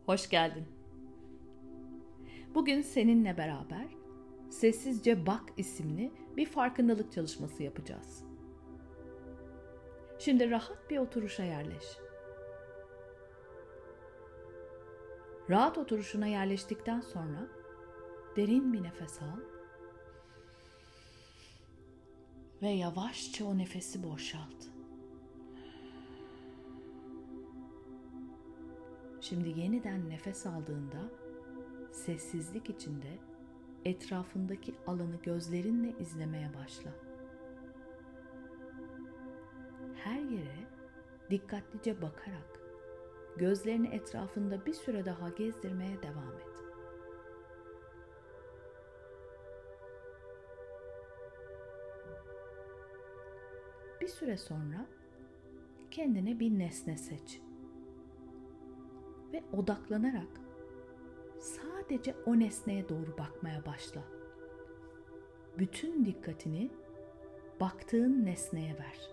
Hoş geldin. Bugün seninle beraber Sessizce Bak isimli bir farkındalık çalışması yapacağız. Şimdi rahat bir oturuşa yerleş. Rahat oturuşuna yerleştikten sonra derin bir nefes al ve yavaşça o nefesi boşalt. Şimdi yeniden nefes aldığında sessizlik içinde etrafındaki alanı gözlerinle izlemeye başla. Her yere dikkatlice bakarak gözlerini etrafında bir süre daha gezdirmeye devam et. Bir süre sonra kendine bir nesne seç ve odaklanarak sadece o nesneye doğru bakmaya başla. Bütün dikkatini baktığın nesneye ver.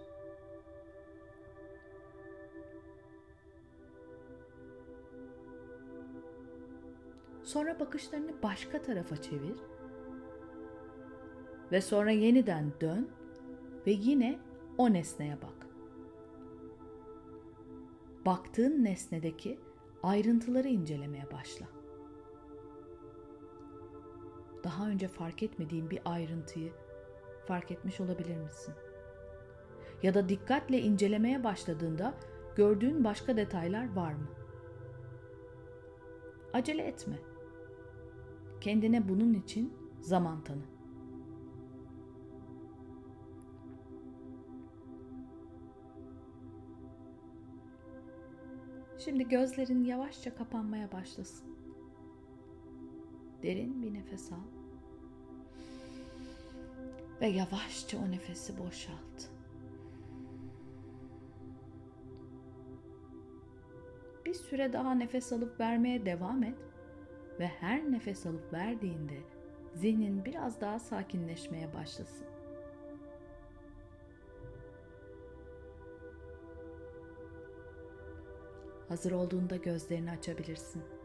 Sonra bakışlarını başka tarafa çevir ve sonra yeniden dön ve yine o nesneye bak. Baktığın nesnedeki ayrıntıları incelemeye başla. Daha önce fark etmediğin bir ayrıntıyı fark etmiş olabilir misin? Ya da dikkatle incelemeye başladığında gördüğün başka detaylar var mı? Acele etme. Kendine bunun için zaman tanı. Şimdi gözlerin yavaşça kapanmaya başlasın. Derin bir nefes al ve yavaşça o nefesi boşalt. Bir süre daha nefes alıp vermeye devam et ve her nefes alıp verdiğinde zihnin biraz daha sakinleşmeye başlasın. Hazır olduğunda gözlerini açabilirsin.